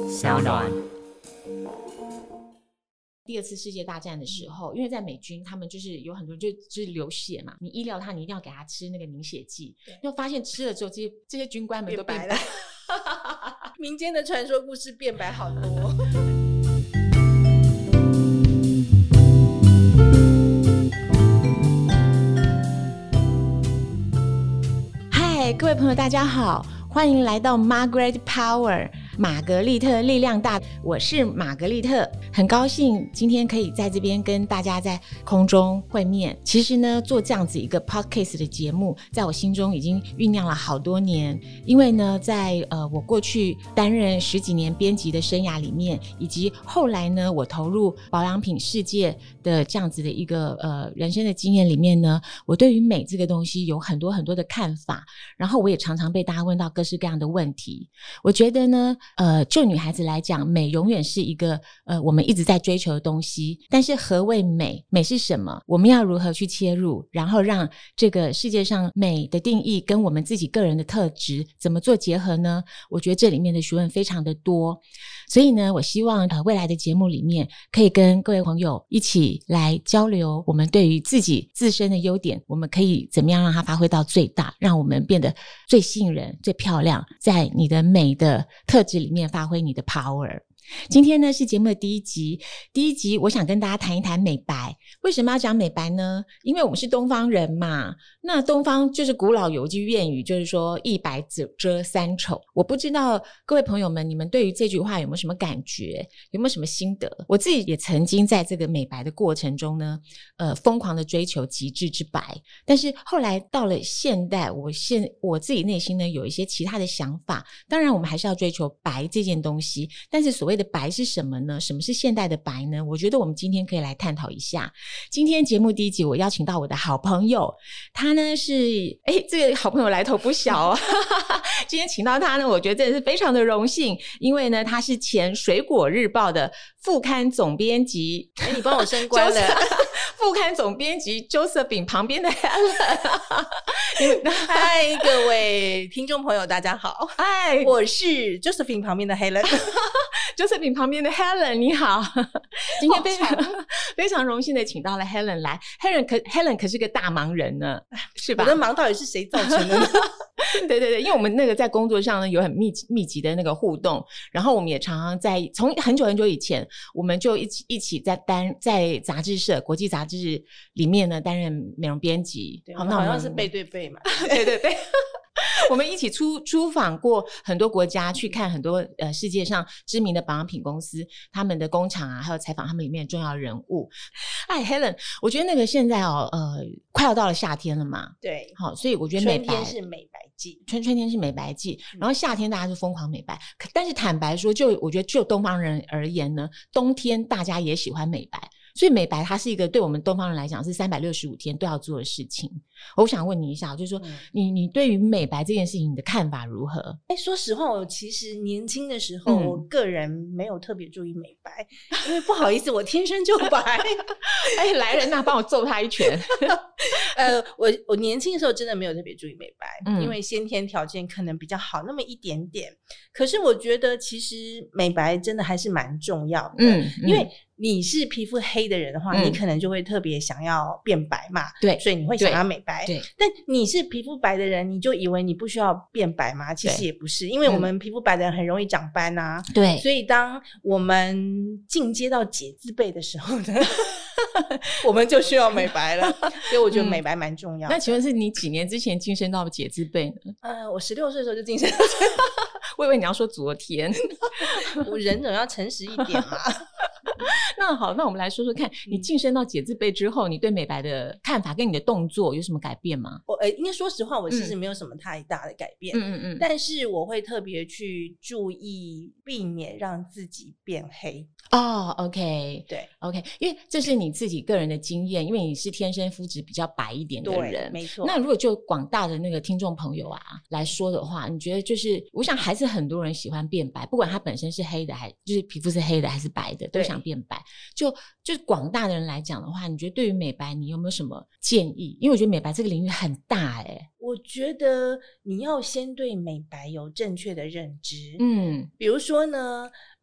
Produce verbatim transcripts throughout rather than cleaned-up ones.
小暖。 第二次世界大战的时候，因为在美军他们就是有很多就就是流血嘛，你医疗他你一定要给他吃那个凝血剂，就发现吃了之后这些这些军官们都变白了。 民间的传说故事变白好多。 嗨，各位朋友大家好，欢迎来到 Margaret Power 玛格丽特力量大，我是玛格丽特，很高兴今天可以在这边跟大家在空中会面。其实呢，做这样子一个 podcast 的节目，在我心中已经酝酿了好多年。因为呢，在呃我过去担任十几年编辑的生涯里面，以及后来呢，我投入保养品世界的这样子的一个呃人生的经验里面呢，我对于美这个东西有很多很多的看法，然后我也常常被大家问到各式各样的问题。我觉得呢，呃，就女孩子来讲，美永远是一个呃我们一直在追求的东西。但是何谓美？美是什么？我们要如何去切入，然后让这个世界上美的定义跟我们自己个人的特质怎么做结合呢？我觉得这里面的学问非常的多。所以呢，我希望呃未来的节目里面可以跟各位朋友一起来交流我们对于自己自身的优点，我们可以怎么样让它发挥到最大，让我们变得最吸引人、最漂亮，在你的美的特质里面发挥你的 power。今天呢是节目的第一集，第一集我想跟大家谈一谈美白。为什么要讲美白呢？因为我们是东方人嘛，那东方就是古老有一句谚语，就是说一白遮三丑。我不知道各位朋友们，你们对于这句话有没有什么感觉，有没有什么心得？我自己也曾经在这个美白的过程中呢，呃，疯狂的追求极致之白，但是后来到了现代，我现我自己内心呢有一些其他的想法。当然我们还是要追求白这件东西，但是所谓的白是什么呢？什么是现代的白呢？我觉得我们今天可以来探讨一下。今天节目第一集我邀请到我的好朋友，他呢是诶这个好朋友来头不小哦今天请到他呢，我觉得真的是非常的荣幸，因为呢他是前水果日报的副刊总编辑。 诶你帮我升官了副刊总编辑 Josephine 旁边的 Helen 嗨，各位听众朋友大家好， 嗨， 我是 Josephine 旁边的 Helen Josephine 旁边的 Helen 你好，今天非常非常荣幸的请到了 Helen 来。 Helen 可 Helen 可是个大忙人呢，是吧？ 我的忙到底是谁造成的呢对对对，因为我们那个在工作上呢有很密集密集的那个互动，然后我们也常常在从很久很久以前我们就一起一起在担在杂志社国际杂志里面呢担任美容编辑。 对，好，那好像是背对背嘛对对对我们一起出出访过很多国家，去看很多呃世界上知名的保养品公司他们的工厂啊，还有采访他们里面的重要人物。哎 Helen， 我觉得那个现在哦呃快要到了夏天了嘛， 对， 好，所以我觉得美白春天是美白季， 春春天是美白季，然后夏天大家就疯狂美白。但是坦白说，就我觉得就东方人而言呢，冬天大家也喜欢美白，所以美白它是一个对我们东方人来讲是三百六十五天都要做的事情。我想问你一下，就是说、嗯、你你对于美白这件事情你的看法如何？ 哎，说实话，我其实年轻的时候、嗯、我个人没有特别注意美白，因为不好意思我天生就白哎，来人啊，帮我揍他一拳呃，我我年轻的时候真的没有特别注意美白、 嗯、 因为先天条件可能比较好那么一点点。可是我觉得其实美白真的还是蛮重要的， 嗯， 因为你是皮肤黑的人的话、嗯、你可能就会特别想要变白嘛， 对， 所以你会想要美白。 对， 但你是皮肤白的人，你就以为你不需要变白吗？其实也不是，因为我们皮肤白的人很容易长斑啊， 对、 嗯，所以当我们进阶到解字辈的时候呢我们就需要美白了所以我觉得美白蛮重要的、嗯、 那请问是你几年之前晋升到解字辈呢？ 呃，我十六岁的时候就晋升到我以为你要说昨天我人总要诚实一点嘛那好，那我们来说说看，你晋升到解字辈之后，你对美白的看法跟你的动作有什么改变吗？ 我呃，应该说实话，我其实没有什么太大的改变， 嗯嗯嗯， 但是我会特别去注意避免让自己变黑。 哦 OK 对 OK， 因为这是你自己个人的经验，因为你是天生肤质比较白一点的人， 没错。 那如果就广大的那个听众朋友啊来说的话，你觉得就是我想还是很多人喜欢变白，不管他本身是黑的还就是皮肤是黑的还是白的都想变白。就就是广大的人来讲的话，你觉得对于美白你有没有什么建议？因为我觉得美白这个领域很大欸。 我觉得你要先对美白有正确的认知。 嗯， 比如说呢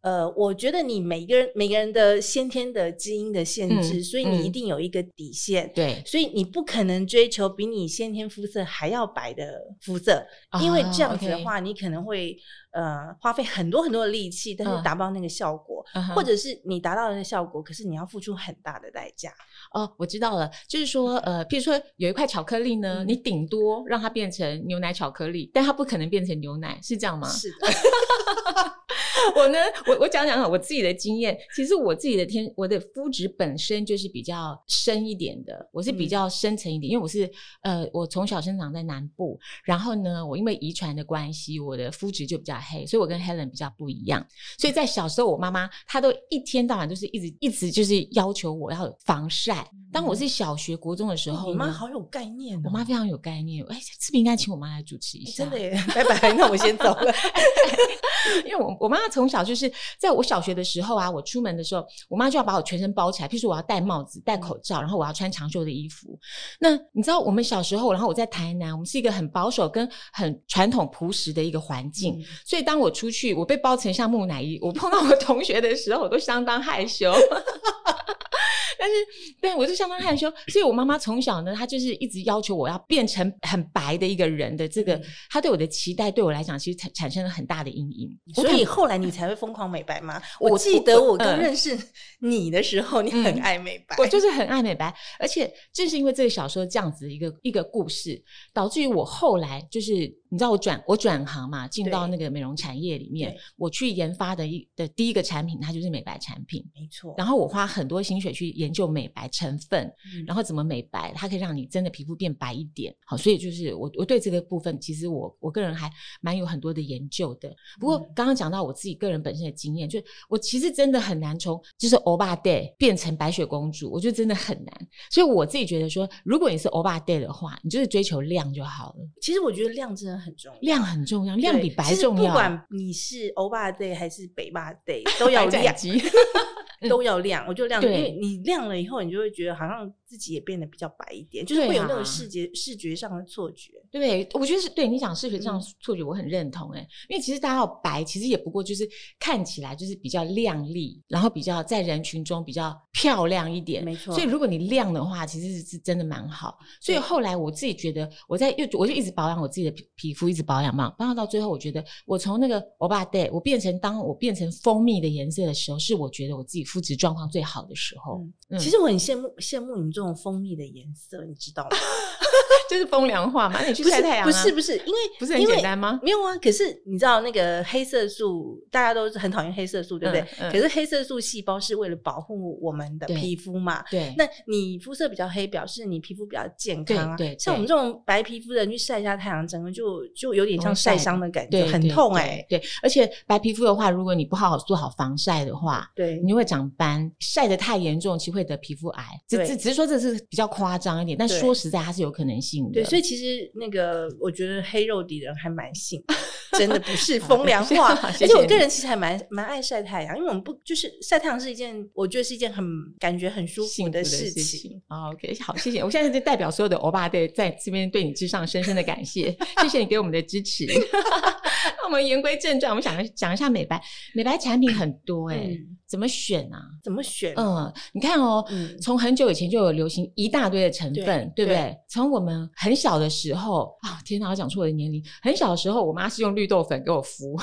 呃，我觉得你每个人每个人的先天的基因的限制，嗯、所以你一定有一个底线。 对、嗯， 所以你不可能追求比你先天肤色还要白的肤色，哦、因为这样子的话， okay. 你可能会呃花费很多很多的力气，但是达不到那个效果，嗯、或者是你达到了那个效果，可是你要付出很大的代价。 哦，我知道了，就是说呃，譬如说有一块巧克力呢，嗯、你顶多让它变成牛奶巧克力，但它不可能变成牛奶，是这样吗？ 是的。 我呢，我我讲讲我自己的经验。其实我自己的天，我的肤质本身就是比较深一点的，我是比较深层一点，嗯、因为我是呃，我从小生长在南部，然后呢，我因为遗传的关系，我的肤质就比较黑，所以我跟 Helen 比较不一样。所以在小时候，我妈妈她都一天到晚都是一直一直就是要求我要防晒。当我是小学国中的时候， 你妈好有概念哦。 我妈非常有概念，哎，是不是应该请我妈来主持一下？ 真的耶，拜拜，那我先走了。 因为我我妈从小就是在我小学的时候啊，我出门的时候，我妈就要把我全身包起来，譬如说我要戴帽子、戴口罩，然后我要穿长袖的衣服。那你知道我们小时候，然后我在台南，我们是一个很保守跟很传统朴实的一个环境，嗯、所以当我出去，我被包成像木乃伊，我碰到我同学的时候，我都相当害羞。但是但我就相当害羞，所以我妈妈从小呢，她就是一直要求我要变成很白的一个人的这个，她、嗯、对我的期待对我来讲其实产生了很大的阴影。 所以后来你才会疯狂美白吗？我, 我记得我刚认识你的时候，嗯、你很爱美白。 我就是很爱美白，而且正是因为这个小时候这样子的一个一个故事，导致于我后来就是你知道我转我转行嘛，进到那个美容产业里面，我去研发的一的第一个产品，它就是美白产品， 没错。 然后我花很多心血去研究美白成分，嗯、然后怎么美白，它可以让你真的皮肤变白一点。好，所以就是我我对这个部分，其实我我个人还蛮有很多的研究的。不过刚刚讲到我自己个人本身的经验，就我其实真的很难从就是欧巴 day 变成白雪公主，我觉得真的很难。所以我自己觉得说，如果你是欧巴 day 的话，你就是追求量就好了。 其实我觉得量真的很重要， 量很重要，量比白重要。 不管你是欧巴 day 还是北巴 day 都要量。都要亮，我就亮，因为你亮了以后，你就会觉得好像自己也变得比较白一点，就是会有那种视觉、啊、视觉上的错觉。 对，我觉得是对你讲视觉上的错觉，我很认同哎、欸，因为其实大家要白，其实也不过就是看起来就是比较亮丽，然后比较在人群中比较漂亮一点， 没错。 所以如果你亮的话，其实是真的蛮好。所以后来我自己觉得，我在又我就一直保养我自己的皮肤，一直保养嘛，保养到最后，我觉得我从那个欧巴 day， 我变成当我变成蜂蜜的颜色的时候，是我觉得我自己肤质状况最好的时候。 嗯嗯、其实我很羡慕羡慕你这种蜂蜜的颜色，你知道吗？ 就是风凉话嘛，你去晒太阳啊？ 不是不是，因为不是很简单吗？ 没有啊，可是你知道那个黑色素，大家都是很讨厌黑色素，对不对？嗯嗯、可是黑色素细胞是为了保护我们的皮肤嘛。 对， 那你肤色比较黑，表示你皮肤比较健康啊。 对，对像我们这种白皮肤的人去晒一下太阳，整个就就有点像晒伤的感觉，很痛哎、欸。 对，而且白皮肤的话，如果你不好好做好防晒的话， 对， 你就会长斑，晒得太严重，其实会得皮肤癌。只只只是说这是比较夸张一点，但说实在它是有可能性的。 对，所以其实那个我觉得黑肉底人还蛮幸的，真的不是风凉话。而且我个人其实还蛮蛮爱晒太阳，因为我们不就是晒太阳是一件我觉得是一件很感觉很舒服的事情。 事情哦、OK， 好，谢谢。我现在就代表所有的欧巴队在这边对你致上深深的感谢，谢谢你给我们的支持。那我们言归正传，我们想讲一下美白。美白产品很多哎、欸嗯，怎么选啊？ 怎么选？ 嗯，你看哦，嗯、从很久以前就有流行一大堆的成分， 对, 对不对？从我们很小的时候啊，天哪，我讲出我的年龄。很小的时候，我妈是用绿豆粉给我敷。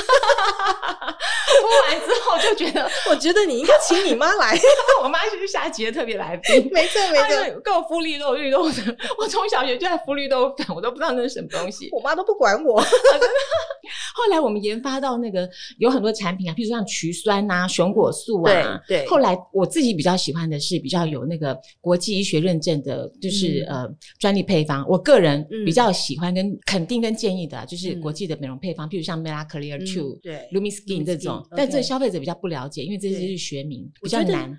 敷完之后就觉得， 我觉得你应该请你妈来。 我妈是下集的特别来宾， 没错没错， 给我敷绿豆绿豆粉。我从小学就在敷绿豆粉，我都不知道那是什么东西， 我妈都不管我。 后来我们研发到那个有很多产品啊，譬如像曲酸啊、熊果素啊。 对对。 后来我自己比较喜欢的是比较有那个国际医学认证的，就是、嗯、呃专利配方。我个人比较喜欢跟肯定跟建议的、啊，就是国际的美容配方，嗯、譬如像 Mela Clear two、嗯、对 Lumi Skin 这种。但这消费者比较不了解，因为这些是学名，比较难。对，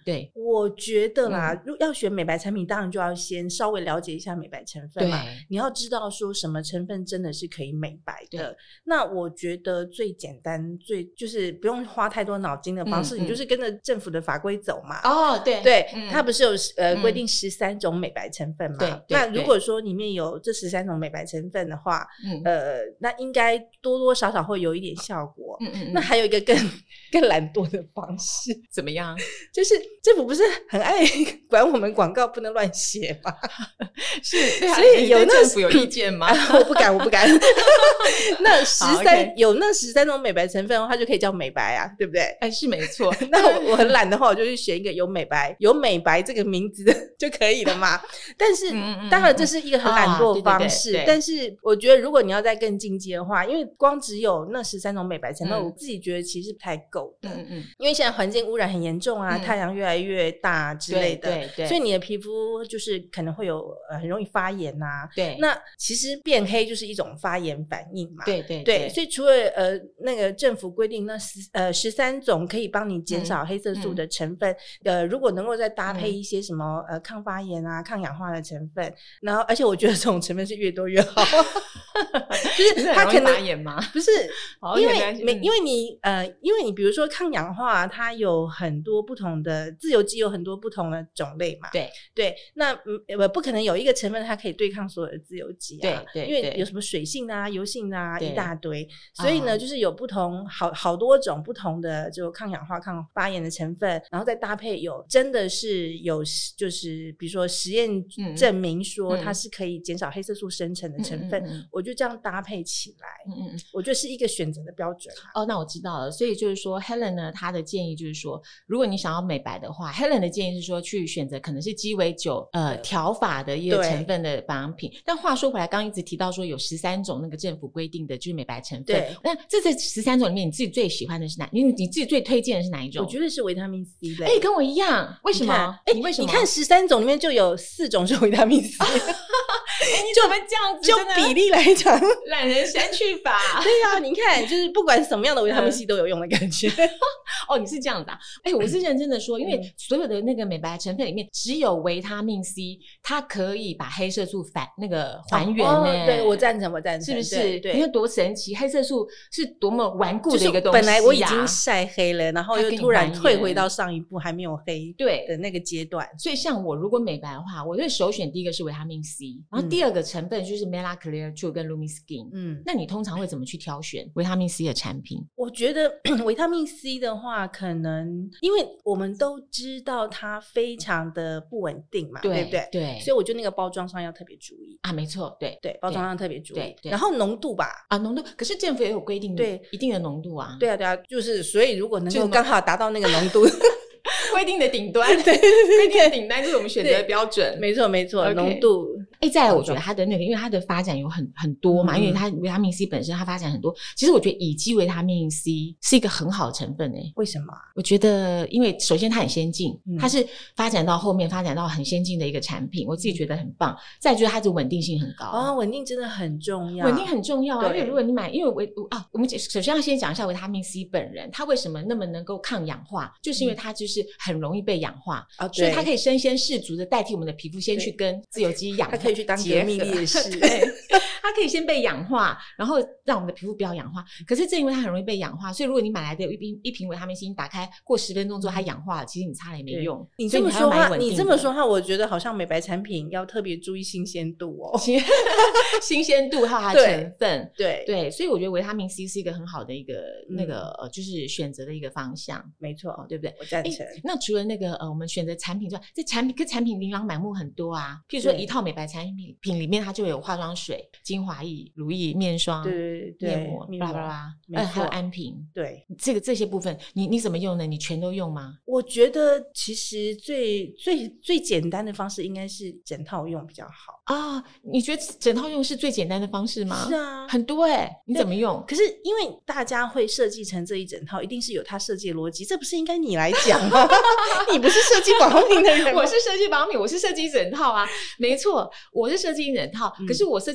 我觉得啦、嗯、要选美白产品当然就要先稍微了解一下美白成分嘛，你要知道说什么成分真的是可以美白的。那我觉得最简单最就是不用花太多脑筋的方式、嗯嗯、你就是跟着政府的法规走嘛。 哦，对对、嗯、它不是有呃规定十三种美白成分嘛、嗯、那如果说里面有这十三种美白成分的话、嗯、呃那应该多多少少会有一点效果。嗯嗯嗯，那还有一个更更懒惰的方式。 怎么样？ 就是政府不是很爱管我们广告不能乱写吗？ 是， 所以有那政府有意见吗？ 啊、我不敢我不敢那十三、okay. 有那十三种美白成分的话，它就可以叫美白啊，对不对？ 哎，是没错。 那我我很懒的话，我就去选一个有美白有美白这个名字的就可以了嘛。但是、嗯、当然这是一个很懒惰的方式、啊、但是我觉得如果你要再更进阶的话，因为光只有那十三种美白成分、嗯、我自己觉得其实不太够的。嗯嗯，因为现在环境污染很严重啊、嗯、太阳越来越大之类的，对对对，所以你的皮肤就是可能会有、呃、很容易发炎啊。对，那其实变黑就是一种发炎反应嘛。对对 对, 对，所以除了呃那个政府规定那十呃十三种可以帮你减少黑色素的成分、嗯、呃如果能够再搭配一些什么、嗯、呃抗发炎啊抗氧化的成分，然后而且我觉得这种成分是越多越好。就是它可能不是因为没因为你呃因为你比如说抗氧化它有很多不同的自由基有很多不同的种类嘛。对对，那呃不可能有一个成分它可以对抗所有的自由基啊。对对，因为有什么水性啊油性啊一大堆，所以呢、嗯、就是有不同好好多种不同的就抗氧化抗发炎的成分，然后再搭配有真的是有就是比如说实验证明说它是可以减少黑色素生成的成分、嗯嗯嗯、我就这样搭配起来。嗯嗯，我觉得是一个选择的标准、啊、 哦，那我知道了。所以就是说 Helen 呢她的建议就是说如果你想要美白的话， Helen 的建议是说去选择可能是鸡尾酒呃调发的一个成分的保养品。但话说回来刚刚一直提到说有十三种那个政府规定的就是美白成分，对，那这这十三种里面你自己最喜欢的是哪你你自己最推荐的是哪一种？ 我觉得是维他命 C 类。 哎，跟我一样。为什么？哎， 你为什么？ 你看十三种里面就有四种是维他命 C。 欸、你怎么这样子？ 就比例来讲， 懒人删去法。 对啊，你看，就是不管什么样的维他命 C 都有用的感觉。 哦，你是这样子啊？哎、欸，我是认真的说，因为所有的那个美白成分里面，只有维他命 C， 它可以把黑色素反那个还原呢、欸哦。 对，我赞成，我赞成， 是不是？对，对，你看多神奇！黑色素是多么顽固的一个东西、啊就是、本来我已经晒黑了，然后又突然退回到上一步还没有黑对的那个阶段。 所以像我如果美白的话，我会首选第一个是维他命 C， 然后第二个成分就是 Mela Clear two 跟 Lumi Skin。嗯，那你通常会怎么去挑选维他命 C 的产品？ 我觉得维他命 C 的话，可能因为我们都知道它非常的不稳定嘛， 对, 对不对？对，所以我觉得那个包装上要特别注意啊，没错，对对，包装上特别注意。对对，然后浓度吧， 啊，浓度，可是政府也有规定，对一定的浓度啊。 对啊，对啊，就是所以如果能够刚好达到那个浓度。 规定的顶端，对，规定的顶端就是我们选择的标准， 没错没错，浓、okay. 度。 哎、欸，再来我觉得它的那个，因为它的发展有很很多嘛、嗯，因为它维他命 C 本身它发展很多，其实我觉得乙基维他命 C 是一个很好的成分诶。 为什么？ 我觉得因为首先它很先进、嗯，它是发展到后面发展到很先进的一个产品，我自己觉得很棒。再就是它的稳定性很高啊，稳定真的很重要， 稳定很重要啊。因为如果你买，因为维啊，我们首先要先讲一下维他命 C 本人，它为什么那么能够抗氧化，就是因为它就是很容易被氧化。啊、所以它可以身先士卒的代替我们的皮肤先去跟自由基氧化， 它可以去当革命烈士。 对，它可以先被氧化，然后让我们的皮肤不要氧化。可是正因为它很容易被氧化，所以如果你买来的一瓶一瓶维他命 C， 你打开过十分钟之后它氧化了，其实你擦了也没用。 你这么说话，你这么说话，我觉得好像美白产品要特别注意新鲜度哦， 新鲜度还有它的成分。 对对, 对，所以我觉得维他命 C 是一个很好的一个、嗯、那个呃，就是选择的一个方向。 没错、 哦，对不对？ 我赞成。 那除了那个呃，我们选择产品之外，这产品跟产品琳琅满目很多啊。譬如说一套美白产品品里面，它就有化妆水、精华液、乳液、面霜、对对面膜，巴拉巴拉，呃，还有安瓶。对，这个这些部分，你你怎么用呢？你全都用吗？ 我觉得其实最最最简单的方式应该是整套用比较好啊。你觉得整套用是最简单的方式吗？ 是啊， 很多哎、欸，你怎么用？ 可是因为大家会设计成这一整套，一定是有它设计的逻辑，这不是应该你来讲吗？你不是设计保养品的人吗？ 我是设计保养品，我是设计一整套啊，没错，我是设计一整套、嗯。可是我设计一整套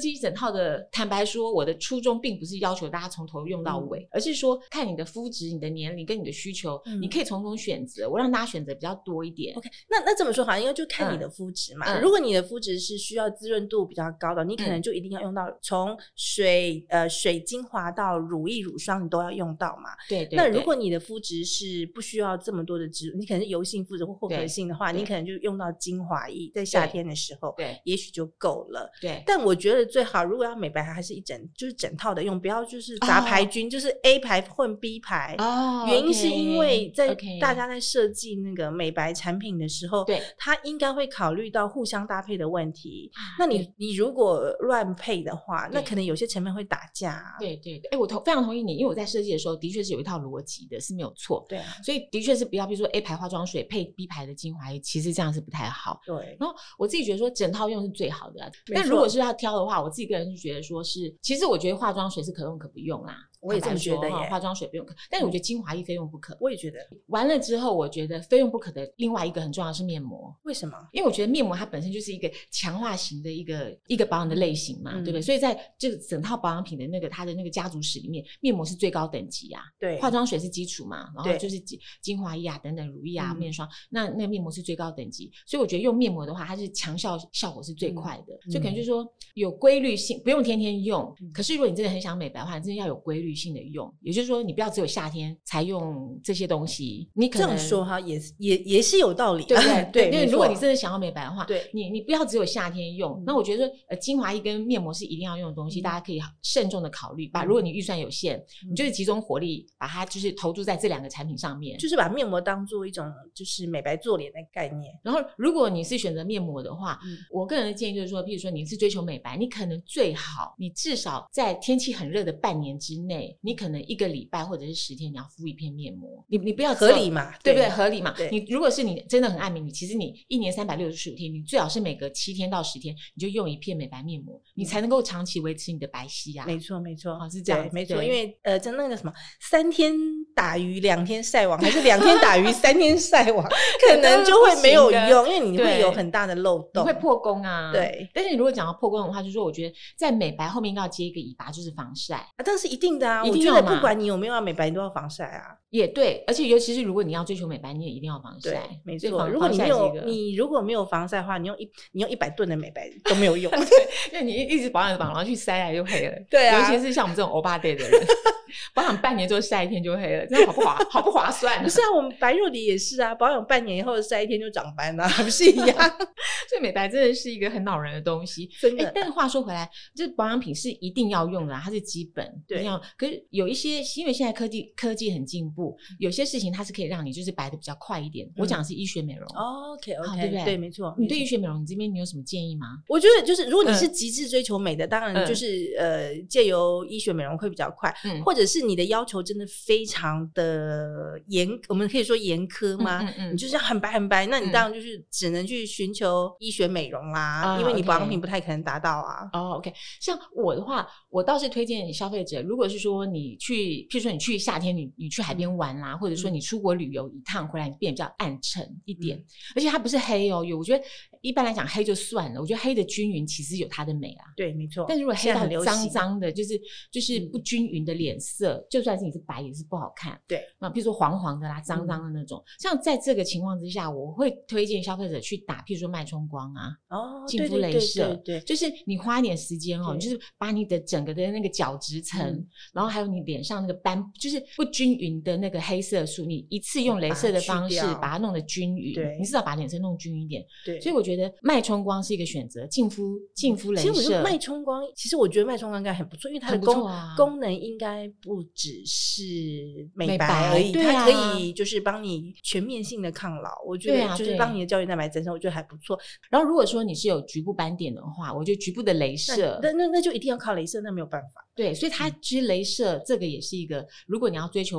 套的，坦白说我的初衷并不是要求大家从头用到尾、嗯、而是说看你的肤质你的年龄跟你的需求、嗯、你可以从中选择，我让大家选择比较多一点。 OK， 那那怎么说好，因为就看你的肤质嘛、嗯、如果你的肤质是需要滋润度比较高的，你可能就一定要用到从水呃水精华到乳液乳霜你都要用到嘛。 对 对, 对。 那如果你的肤质是不需要这么多的脂，你可能是油性肤质或混合性的话，你可能就用到精华液，在夏天的时候对也许就够了。 对， 但我觉得最好如果要美白还是一整就是整套的用，不要就是杂牌菌、哦、就是 A 牌混 B 牌、哦、原因是因为在大家在设计那个美白产品的时候，对，它应该会考虑到互相搭配的问题、啊、那你你如果乱配的话，那可能有些成分会打架、啊、 对对对，我同非常同意你，因为我在设计的时候的确是有一套逻辑的，是没有错。 对啊， 所以的确是不要比如说 A 牌化妆水配 B 牌的精华液，其实这样是不太好。 对， 然后我自己觉得说整套用是最好的、啊、但如果是要挑的话，我自己个人是觉得说是，其实我觉得化妆水是可用可不用啦， 我也这么觉得耶， 化妆水不用可，但是我觉得精华液非用不可。 我也觉得完了之后，我觉得非用不可的另外一个很重要的是面膜。 为什么？ 因为我觉得面膜它本身就是一个强化型的一个一个保养的类型嘛、嗯、对不对？所以在这个整套保养品的那个它的那个家族史里面，面膜是最高等级啊。 对， 化妆水是基础嘛，然后就是精华液啊等等乳液啊、嗯、面霜，那那个面膜是最高等级。所以我觉得用面膜的话，它是强效效果是最快的、嗯、所以可能就是说有规律性，不用天天用、嗯、可是如果你真的很想美白的话，你真的要有规律性的用，也就是说你不要只有夏天才用这些东西。你可能这样说哈，也也也是有道理， 对不对？ 对， 因为如果你真的想要美白的话， 对， 你你不要只有夏天用、嗯、那我觉得呃精华液跟面膜是一定要用的东西、嗯、大家可以慎重的考虑把、嗯、如果你预算有限、嗯、你就是集中火力把它就是投注在这两个产品上面， 就是把面膜当做一种就是美白做脸的概念。 然后如果你是选择面膜的话、嗯、我个人的建议就是说，譬如说你是追求美白，你可能最好你至少在天气很热的半年之内，你可能一个礼拜或者是十天你要敷一片面膜，你你不要合理嘛， 对不对？合理嘛。你如果是你真的很爱美，你其实你一年三百六十五天，你最好是每隔七天到十天你就用一片美白面膜、嗯、你才能够长期维持你的白皙啊。 没错没错、 哦、是这样， 没错。因为呃，真那个什么三天打鱼两天晒网，还是两天打鱼三天晒网可能就会没有用，因为你会有很大的漏洞， 你会破功啊。 对， 但是你如果讲到破功的话，就是说我觉得在美白后面应该要接一个尾巴，就是防晒啊。但是一定的啊， 一定我觉得不管你有没有要美白你都要防晒啊。 也对，而且尤其是如果你要追求美白，你也一定要防晒。 对，没错。如果你没有你如果没有防晒的话，你用一你用一百吨的美白都没有用因为你一直保养保养，然后去晒来就黑了。 对啊， 尤其是像我们这种欧巴 day 的人保养半年之后晒一天就黑了，真的好不划好不划算、啊、 不是啊，我们白肉底也是啊，保养半年以后晒一天就长斑啊，不是一样所以美白真的是一个很恼人的东西， 真的。 但是话说回来，这保养品是一定要用的、啊、它是基本。对，可是有一些因为现在科技科技很进步，有些事情它是可以让你就是白的比较快一点、嗯、我讲的是医学美容、 哦、OK OK、啊、 对不对？ 对，没错。 你对医学美容你这边你有什么建议吗？ 我觉得就是如果你是极致追求美的、嗯、当然就是、嗯、呃借由医学美容会比较快、嗯、或者是你的要求真的非常的严，我们可以说严苛吗？嗯嗯嗯，你就是要很白很白，那你当然就是只能去寻求医学美容啦、嗯、因为你保养品不太可能达到啊。 哦、oh, OK， 像我的话我倒是推荐消费者，如果是说你去譬如说你去夏天你你去海边玩啦、嗯、或者说你出国旅游一趟回来你变得比较暗沉一点、嗯、而且它不是黑哦，有我觉得一般来讲黑就算了，我觉得黑的均匀其实有它的美啊。 对，没错。 但如果黑到脏脏的就是就是不均匀的脸色、嗯、就算是你是白也是不好看。 对， 那譬如说黄黄的啦脏脏的那种、嗯、像在这个情况之下我会推荐消费者去打譬如说脉冲光啊， 哦， 净肤雷射。 对对对对， 就是你花一点时间哦，你就是把你的整个的那个角质层、嗯、然后还有你脸上那个斑就是不均匀的那个黑色素，你一次用雷射的方式把它弄得均匀，对，你至少把脸色弄均匀一点。对，所以我觉得脉冲光是一个选择，净肤净肤雷射。 其实我觉得脉冲光其实我觉得脉冲光应该很不错，因为它的功、啊、功能应该不只是美白而已， 对啊、 它可以就是帮你全面性的抗老，我觉得就是帮你的胶原蛋白增生，我觉得还不错。 然后如果说你是有局部斑点的话，我觉得局部的雷射那那那就一定要靠雷射，那没有办法。 对，所以它其实雷射这个也是一个，如果你要追求美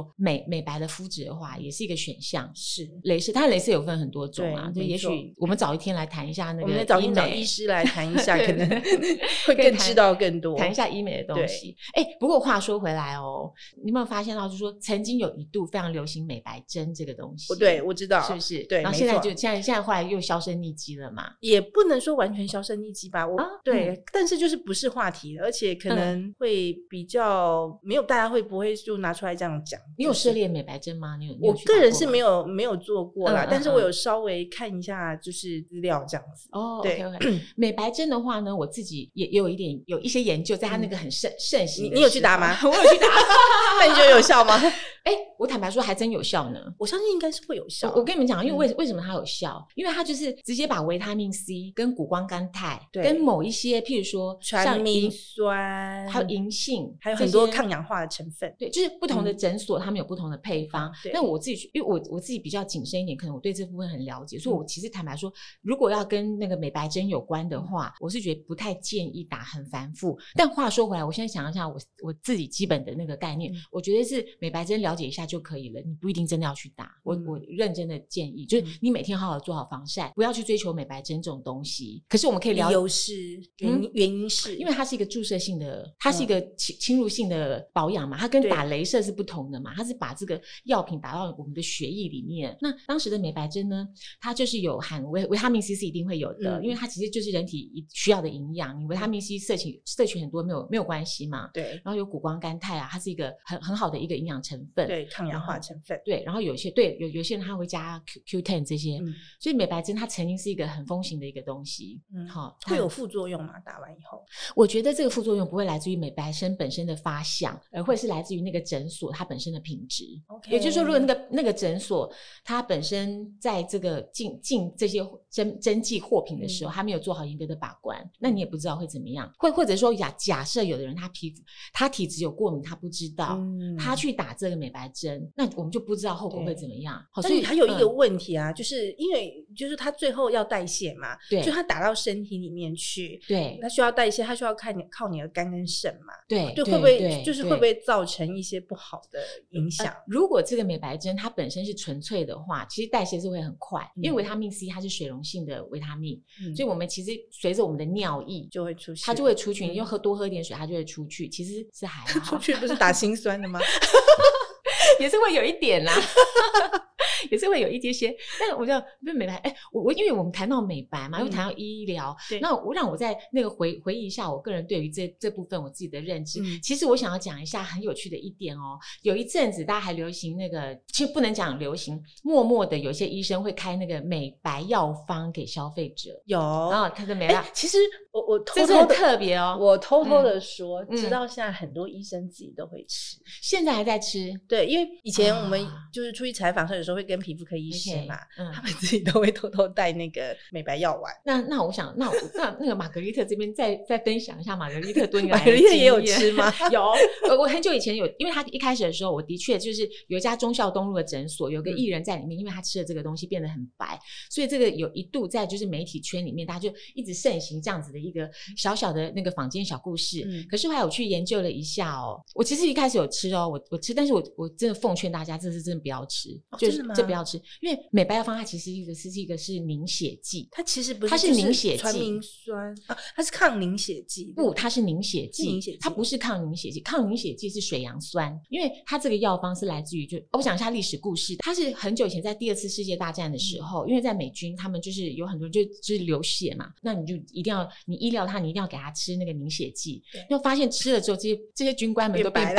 美美白的肤质的话也是一个选项。 是雷射，它雷射有分很多种啊，就也许我们找一天来谈一下那个医美， 我们找一天找医师来谈一下可能会更知道更多， 谈一下医美的东西。哎，不过话说回来哦，你有没有发现到就是说曾经有一度非常流行美白针这个东西？ 对，我知道， 是不是？ 对， 然后现在就现在现在后来又销声匿迹了嘛？ 也不能说完全销声匿迹吧，我、啊、对、嗯，但是就是不是话题了，而且可能会比较没有大家会不会就拿出来这样讲。 你有涉猎美白针吗？你有？ 我个人是没有没有做过啦、嗯嗯嗯，但是我有稍微看一下就是资料这样子。 哦，对 ，OK OK。美白针的话呢，我自己也也有一点有一些研究，在它那个很盛、嗯、盛行的时候。 你你有去打吗？ 我有去打。 那你觉得有效吗？ 哎、欸，我坦白说还真有效呢。 我相信应该是会有效。 我, 我跟你们讲，因为为、嗯、为什么它有效？因为它就是直接把维他命 C 跟谷胱甘肽跟某一些譬如说传明酸还有银杏还有很多抗氧化的成分， 对，就是不同的诊所、嗯、他们有不同的配方。那我自己因为我我自己比较谨慎一点，可能我对这部分很了解，所以我其实坦白说，如果要跟那个美白针有关的话、嗯、我是觉得不太建议打很繁复。但话说回来，我现在想一下我我自己基本的那个概念、嗯、我觉得是美白针了解一下就可以了，你不一定真的要去打。我、嗯、我认真的建议就是你每天好好做好防晒，不要去追求美白针这种东西。可是我们可以了解理由是原因、嗯、原因是因为它是一个注射性的，它是一个侵入性的保养嘛，它跟打雷射是不同的嘛，它是把这个药品打到我们的血液里面。那当时的美白针呢，它就是有含维维他命 C 是一定会有的、嗯、因为它其实就是人体需要的营养，你维他命 C 摄取摄取很多没有没有关系嘛。 对， 然后有谷胱甘肽啊，它是一个很很好的一个营养成分， 对，抗氧化成分。 对，然后有一些对有有些人他会加 Q 十 这些、嗯、所以美白针它曾经是一个很风行的一个东西。嗯，好， 会有副作用吗？打完以后？ 我觉得这个副作用不会来自于美白针本身的发想，而会是来自于那个诊所它本身的品质。Okay. 也就是说，如果那个那个诊所它本身在这个进进这些针针剂货品的时候，它、嗯、没有做好严格的把关，那你也不知道会怎么样。或或者说假假设有的人他皮肤他体质有过敏，他不知道，嗯、他去打这个美白针，那我们就不知道后果会怎么样。好，所以还有一个问题啊、嗯，就是因为就是他最后要代谢嘛，对，就他打到身体里面去， 对， 他需要代谢，他需要看你靠你的肝跟肾嘛， 对， 就会不会就是会不会造成一些不好的影响、呃？ 如果这个美白针它本身是纯粹的话，其实代谢是会很快，嗯、因为维他命 C 它是水溶性的维他命、嗯，所以我们其实随着我们的尿液就会出去， 它就会出去，你就喝多喝一点水，它就会出去，其实是还好。 出去不是打心酸的吗？ 也是会有一点啦。也是会有一些些，但我就美白，哎，我我因为我们谈到美白嘛，又、嗯、谈到医疗，那我让我在那个回回忆一下我个人对于这这部分我自己的认知、嗯。其实我想要讲一下很有趣的一点哦，有一阵子大家还流行那个，其实不能讲流行，默默的有些医生会开那个美白药方给消费者， 有， 然后他的美白， 其实我我偷偷的这是很特别哦， 我偷偷的说、嗯，直到现在很多医生自己都会吃， 现在还在吃， 对，因为以前我们就是出去采访的时候，有时候会跟皮肤科医师。嘛嗯、他们自己都会偷偷带那个美白药丸。 那那我想，那那那个玛格丽特这边再再分享一下玛格丽特多年来的经验。玛格丽特也有吃吗？ 有，我很久以前有，因为他一开始的时候，我的确就是有一家忠孝东路的诊所，有个艺人在里面，嗯、因为他吃了这个东西变得很白，所以这个有一度在就是媒体圈里面，大家就一直盛行这样子的一个小小的那个坊间小故事。嗯、可是后来我去研究了一下哦，我其实一开始有吃哦，我我吃，但是我我真的奉劝大家，这是真的不要吃， 哦、 就是真的吗？ 这不要吃，因为美白药方它其实一个是一个是凝血剂， 它其实不是， 它是凝血剂， 传明酸啊，它是抗凝血剂， 不，它是凝血剂， 凝血剂， 它不是抗凝血剂，抗凝血剂是水杨酸，因为它这个药方是来自于就我讲一下历史故事，它是很久以前在第二次世界大战的时候，嗯、因为在美军他们就是有很多人就就是流血嘛，那你就一定要你医疗他，你一定要给他吃那个凝血剂，就发现吃了之后，这些这些军官们都变白了。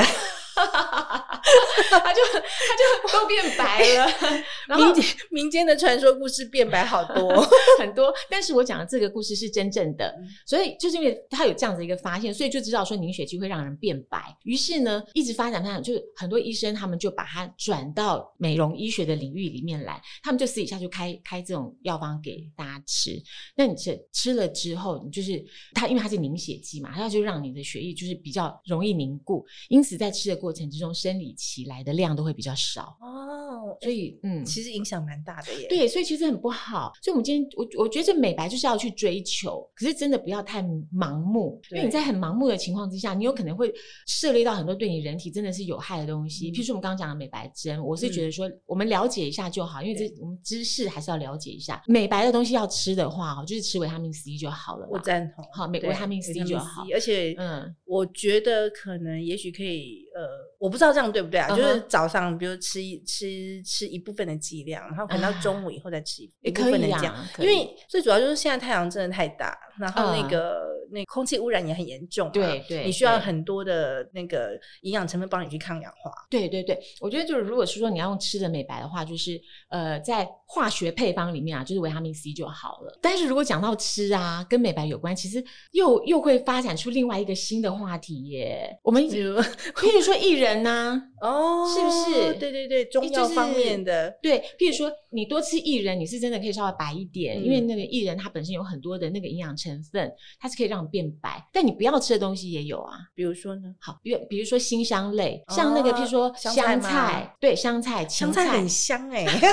他就他就都变白了，然后民间民间的传说故事变白好多很多，但是我讲的这个故事是真正的，嗯、所以就是因为他有这样子一个发现，所以就知道说凝血剂会让人变白，于是呢一直发展发展，就是很多医生他们就把它转到美容医学的领域里面来，他们就私底下就开开这种药方给大家吃，那你吃吃了之后，你就是它因为它是凝血剂嘛，它就让你的血液就是比较容易凝固，因此在吃的过程之中生理期来的量都会比较少哦， 所以嗯， 其实影响蛮大的耶。 对，所以其实很不好。所以我们今天我我觉得这美白就是要去追求，可是真的不要太盲目，因为你在很盲目的情况之下，你有可能会涉猎到很多对你人体真的是有害的东西。嗯、譬如说我们刚刚讲的美白针，我是觉得说我们了解一下就好，因为这我们知识还是要了解一下。美白的东西要吃的话，就是吃维他命 C 就好了。 我赞同， 好，维他命 C 就好。 而且，嗯，我觉得可能也许可以，呃，我不知道这样对不对啊？嗯、就是早上，比如吃吃吃一部分的剂量，然后可能到中午以后再吃一部分的这样，啊、因为最主要就是现在太阳真的太大，然后那个。嗯那空气污染也很严重嘛， 对对， 你需要很多的那个营养成分帮你去抗氧化。 对对对，我觉得就是如果是说你要用吃的美白的话，就是呃在化学配方里面啊，就是维他命 C 就好了。但是如果讲到吃啊，跟美白有关，其实又又会发展出另外一个新的话题耶。我们比如譬如说薏仁啊， 哦， 是不是？ 对对对，中药方面的， 就是、对，譬如说你多吃薏仁，你是真的可以稍微白一点，嗯、因为那个薏仁它本身有很多的那个营养成分，它是可以让你变白。但你不要吃的东西也有啊， 比如说呢？ 好，比如比如说辛香类，哦、像那个譬如说香菜，香菜对，香菜、芹菜， 香菜很香哎、欸。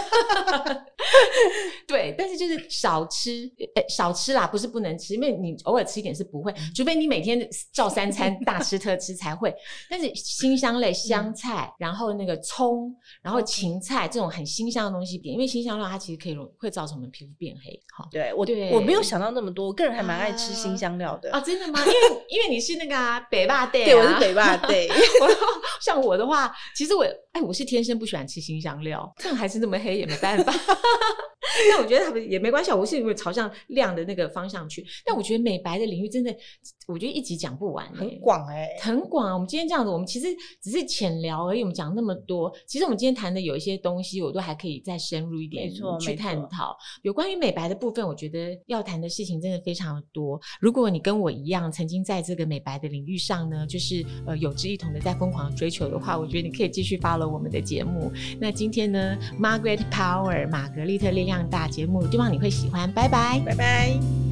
对，但是就是少吃，欸、少吃啦，不是不能吃，因为你偶尔吃一点是不会，除非你每天照三餐大吃特吃才会。但是辛香类、香菜，嗯、然后那个葱，然后芹菜这种很辛香的东西，因为辛香料它其实可以会造成我们皮肤变黑。好， 对我对我没有想到那么多，我个人还蛮爱吃辛香料的啊，真的吗？因为因为你是那个啊北霸队、啊， 对，我是北霸队。 像我的话，其实我哎，我是天生不喜欢吃辛香料，这样还是那么黑也没办法。但我觉得他们也没关系，我是因为朝向亮的那个方向去。但我觉得美白的领域真的，我觉得一集讲不完、欸， 很广哎、欸， 很广。我们今天这样子，我们其实只是浅聊而已。我们讲那么多，其实我们今天谈的有一些东西，我都还可以再深入一点去探讨。有关于美白的部分，我觉得要谈的事情真的非常的多。如果你跟我一样，曾经在这个美白的领域上呢，就是呃有志一同的在疯狂追求的话，我觉得你可以继续 follow 我们的节目。那今天呢 ，Margaret Power 玛格丽特力量大节目，希望你会喜欢，拜拜， 拜拜。